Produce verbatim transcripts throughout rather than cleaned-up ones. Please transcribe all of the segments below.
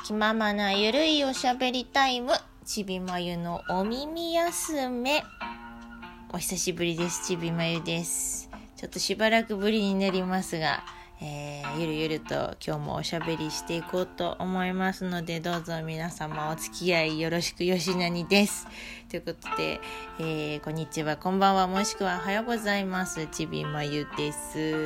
気ままなゆるいおしゃべりタイム、ちびまゆのお耳休め。お久しぶりです。ちびまゆです。ちょっとしばらくぶりになりますが、えー、ゆるゆると今日もおしゃべりしていこうと思いますので、どうぞ皆様お付き合いよろしく。よしなにです。ということで、えー、こんにちは、こんばんは、もしくはおはようございます。ちびまゆです。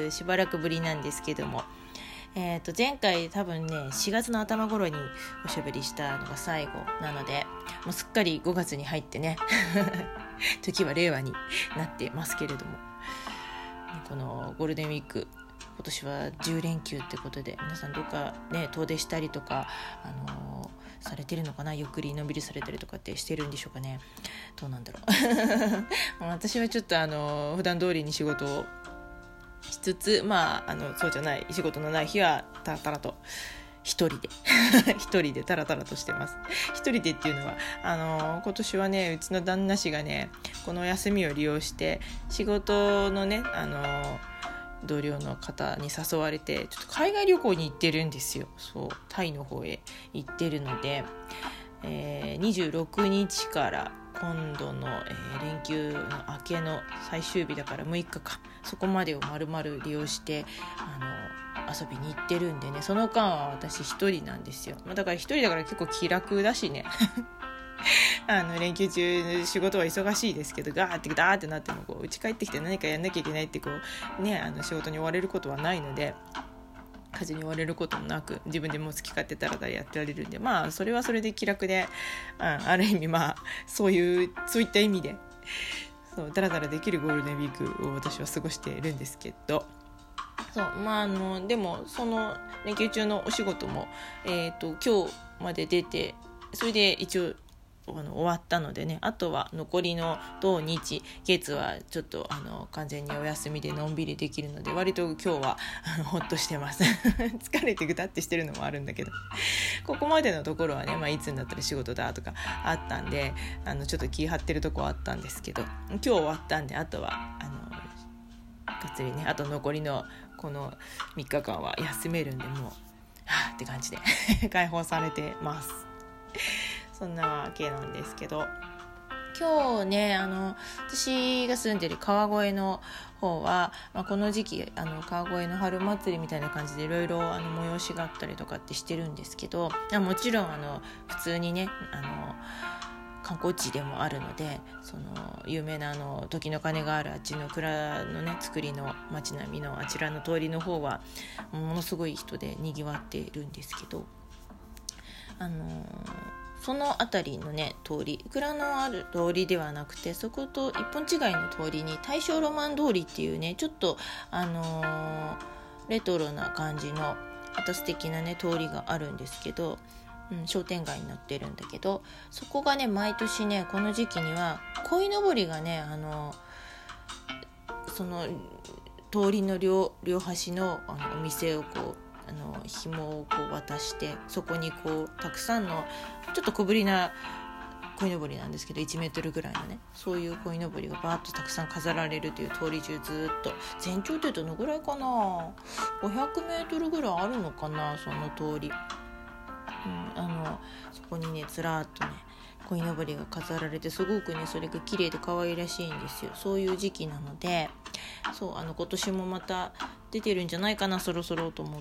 しばらくぶりなんですけども、えー、と前回多分ねしがつの頭頃におしゃべりしたのが最後なので、もうすっかりごがつに入ってね時は令和になってますけれども、このゴールデンウィーク今年はじゅう連休ってことで、皆さんどっかね遠出したりとか、あのー、されてるのかな。ゆっくりのんびりされたりとかってしてるんでしょうかね。どうなんだろう私はちょっとあのー、普段通りに仕事をしつつ、まあ、あのそうじゃない仕事のない日はタラタラと一人で一人でタラタラとしてます。一人でっていうのはあの今年はね、うちの旦那氏がねこの休みを利用して仕事のねあの同僚の方に誘われてちょっと海外旅行に行ってるんですよ。そうタイの方へ行ってるので、えー、にじゅうろくにちから今度の、えー、連休の明けの最終日だからむいかか、そこまでを丸々利用してあの遊びに行ってるんでね、その間は私一人なんですよ。だから一人だから結構気楽だしねあの連休中仕事は忙しいですけど、ガーってダーってなってもこう家帰ってきて何かやんなきゃいけないってこうね、あの仕事に追われることはないので、家事に追われることもなく自分でもう好き勝手たらたらやってられるんで、まあそれはそれで気楽で、うん、ある意味まあそういうそういった意味でそうだらだらできるゴールデンウィークを私は過ごしているんですけど、そうまああのでもその連休中のお仕事も、えーと、今日まで出て、それで一応あの終わったのでね、あとは残りの土日月はちょっとあの完全にお休みでのんびりできるので、割と今日はほっとしてます疲れてぐたってしてるのもあるんだけど、ここまでのところはね、まあ、いつになったら仕事だとかあったんで、あのちょっと気張ってるとこはあったんですけど、今日終わったんで、あとはあのがっつりね、あと残りのこのみっかかんは休めるんで、もうはぁって感じで解放されてます。そんなわけなんですけど、今日ねあの私が住んでる川越の方は、まあ、この時期あの川越の春祭りみたいな感じでいろいろあの催しがあったりとかってしてるんですけど、もちろんあの普通にねあの観光地でもあるので、その有名なあの時の鐘があるあっちの蔵のね作りの街並みのあちらの通りの方はものすごい人でにぎわっているんですけど、あのその辺りのね通り、蔵のある通りではなくて、そこと一本違いの通りに大正ロマン通りっていうね、ちょっとあのー、レトロな感じのまた素敵なね通りがあるんですけど、うん、商店街になってるんだけど、そこがね毎年ねこの時期には鯉のぼりがね、あのその通りの 両, 両端 の, あのお店をこうあの紐をこう渡して、そこにこうたくさんのちょっと小ぶりな鯉のぼりなんですけど、いちメートルぐらいのね、そういう鯉のぼりがバーッとたくさん飾られるという、通り中ずっと全長っていうとどのぐらいかな、ごひゃくメートルぐらいあるのかな、その通り、うん、あのそこにねずらーっとね鯉のぼりが飾られて、すごくねそれが綺麗で可愛らしいんですよ。そういう時期なので、そうあの今年もまた出てるんじゃないかな、そろそろと思って、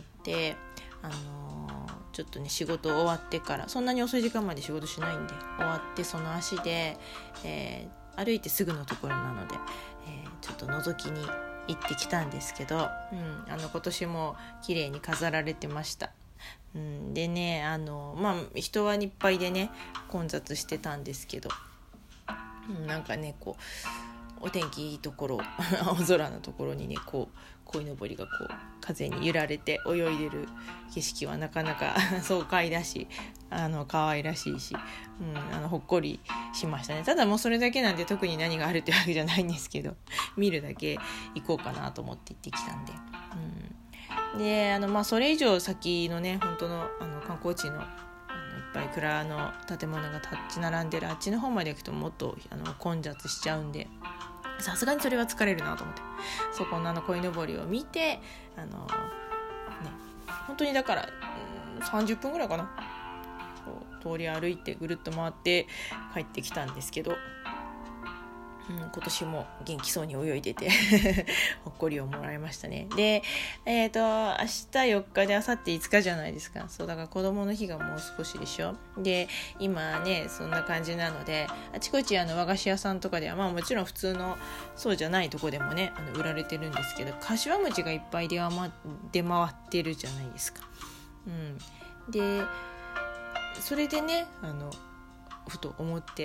あのー、ちょっとね仕事終わってから、そんなに遅い時間まで仕事しないんで、終わってその足で、えー、歩いてすぐのところなので、えー、ちょっと覗きに行ってきたんですけど、うん、あの今年も綺麗に飾られてました。うん、でねあのまあ人はいっぱいでね混雑してたんですけど、うん、なんかねこうお天気いいところ青空のところにねこう鯉のぼりがこう風に揺られて泳いでる景色はなかなか爽快だし、あの可愛らしいし、うん、あのほっこりしましたね。ただもうそれだけなんで特に何があるってわけじゃないんですけど、見るだけ行こうかなと思って行ってきたんで、うん、であのまあそれ以上先のね本当のあの観光地のいっぱい蔵の建物が立ち並んでるあっちの方まで行くともっとあの混雑しちゃうんで、さすがにそれは疲れるなと思って、そこのあの鯉のぼりを見て、あのね本当にだから、うん、さんじゅっぷんぐらいかなそう通り歩いてぐるっと回って帰ってきたんですけど、うん、今年も元気そうに泳いでてほっこりをもらいましたね。で、えーと明日よっかで明後日いつかじゃないですか。そうだから子供の日がもう少しでしょ。で今ねそんな感じなので、あちこちあの和菓子屋さんとかでは、まあもちろん普通のそうじゃないとこでもねあの売られてるんですけど、柏餅がいっぱい出回ってるじゃないですか。うん、でそれでねあのふと思って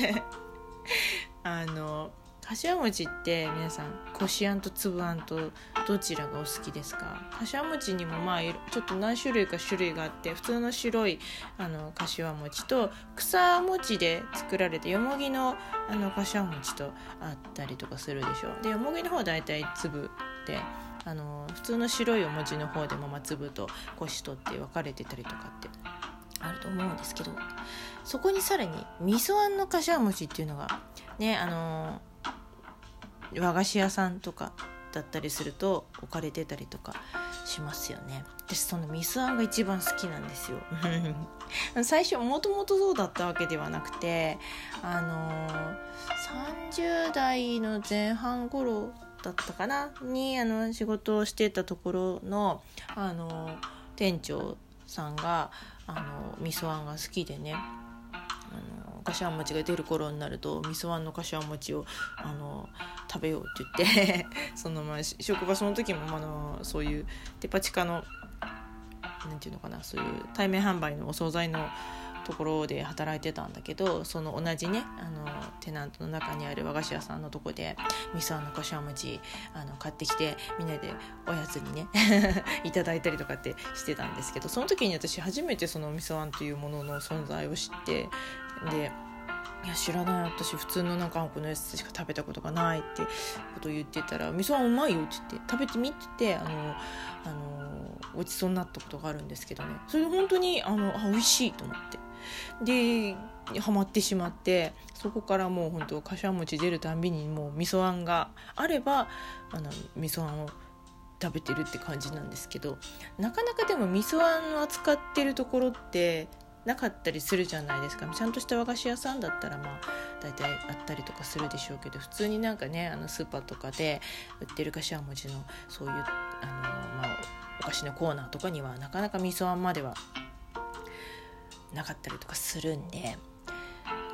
あの柏餅って皆さんこしあんと粒あんとどちらがお好きですか？柏餅にもまあちょっと何種類か種類があって、普通の白いあの柏餅と草餅で作られたよもぎのあの柏餅とあったりとかするでしょ。でよもぎの方はだいたい粒で、あの普通の白いお餅の方でもまあ粒とこしとって分かれてたりとかってあると思うんですけど、そこにさらに味噌あんの柏餅っていうのがね、あの和菓子屋さんとかだったりすると置かれてたりとかしますよね。私その味噌あんが一番好きなんですよ最初もともとそうだったわけではなくて、あのさんじゅう代の前半頃だったかなにあの仕事をしてたところのあの店長さんがあの味噌あんが好きでね、あの柏餅が出る頃になると味噌あんの柏餅をあの食べようって言ってそのまあ職場その時もあのそういうデパ地下のなんていうのかな、そういう対面販売のお惣菜のところで働いてたんだけど、その同じねあのテナントの中にある和菓子屋さんのとこで味噌あんの柏餅あの買ってきてみんなでおやつにねいただいたりとかってしてたんですけど、その時に私初めてその味噌あんというものの存在を知って、でいや知らない、私普通のなんかあんこのやつしか食べたことがないってことを言ってたら、味噌あんうまいよって言って食べてみって言ってあのあのごちそうになったことがあるんですけどね、それで本当にあのあ美味しいと思ってでハマってしまって、そこからもう本当柏餅出るたんびにもう味噌あんがあればあの味噌あんを食べてるって感じなんですけど、なかなかでも味噌あんを扱ってるところってなかったりするじゃないですか。ちゃんとした和菓子屋さんだったらまあ大体あったりとかするでしょうけど、普通になんかねあのスーパーとかで売ってる柏餅のそういうあの、まあ、お菓子のコーナーとかにはなかなか味噌あんまではなかったりとかするんで、うん、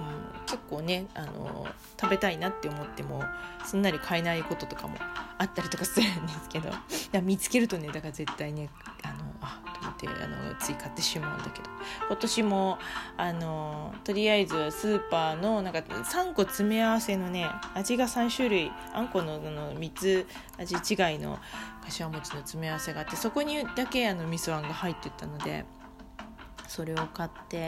結構ねあの食べたいなって思ってもすんなり買えないこととかもあったりとかするんですけど、だから見つけるとねだから絶対ねあのあと思ってあのつい買ってしまうんだけど、今年もあのとりあえずスーパーのなんかさんこ詰め合わせのね味がさん種類あんこ の, のみっつ味違いの柏餅の詰め合わせがあって、そこにだけあの味噌あんが入ってたのでそれを買って、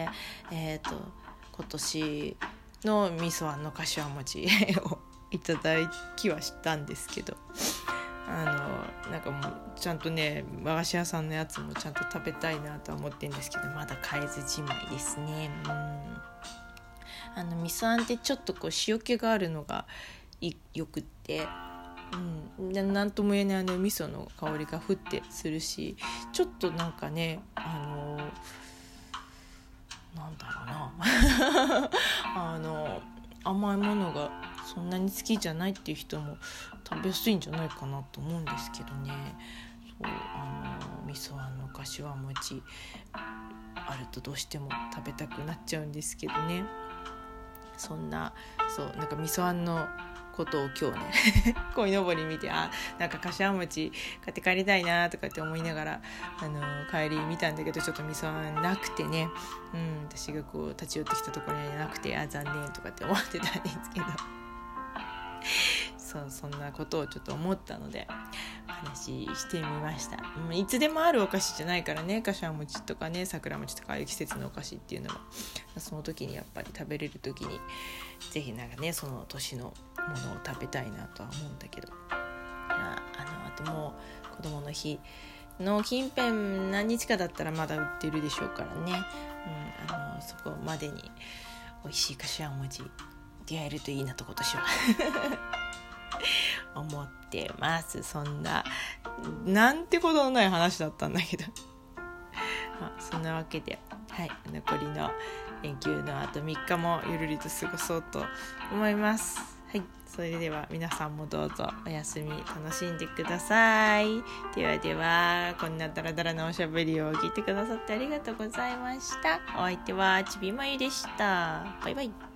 えーと、今年の味噌あんの柏餅をいただきはしたんですけど、あのなんかもうちゃんとね和菓子屋さんのやつもちゃんと食べたいなとは思ってるんですけど、まだ買えずじまいですね。うん、あの味噌あんってちょっとこう塩気があるのがよくって、うん、なんとも言えないあの味噌の香りがふってするし、ちょっとなんかねあのなんだろうなあの甘いものがそんなに好きじゃないっていう人も食べやすいんじゃないかなと思うんですけどね。そうあの味噌あんの柏餅あるとどうしても食べたくなっちゃうんですけどね。そんなそうなんか味噌あんのことを今日ね鯉のぼり見て、あなんか柏餅買って帰りたいなとかって思いながらあの帰り見たんだけど、ちょっと味噌あんなくてね、うん、私がこう立ち寄ってきたところにはなくて、あ残念とかって思ってたんですけどそうそんなことをちょっと思ったのでお話ししてみました。いつでもあるお菓子じゃないからね、柏餅とかね桜餅とかああいう季節のお菓子っていうのもその時にやっぱり食べれる時にぜひなんかねその年のものを食べたいなとは思うんだけど、あ, あのあともう子供の日の近辺何日かだったらまだ売ってるでしょうからね、うん、あのそこまでに美味しい柏餅出会えるといいなと今年は思ってます。そんななんてことのない話だったんだけどまあ、そんなわけで、はい、残りの連休のあとみっかもゆるりと過ごそうと思います。はい、それでは皆さんもどうぞお休み楽しんでください。ではでは、こんなダラダラなおしゃべりを聞いてくださってありがとうございました。お相手はちびまゆでした。バイバイ。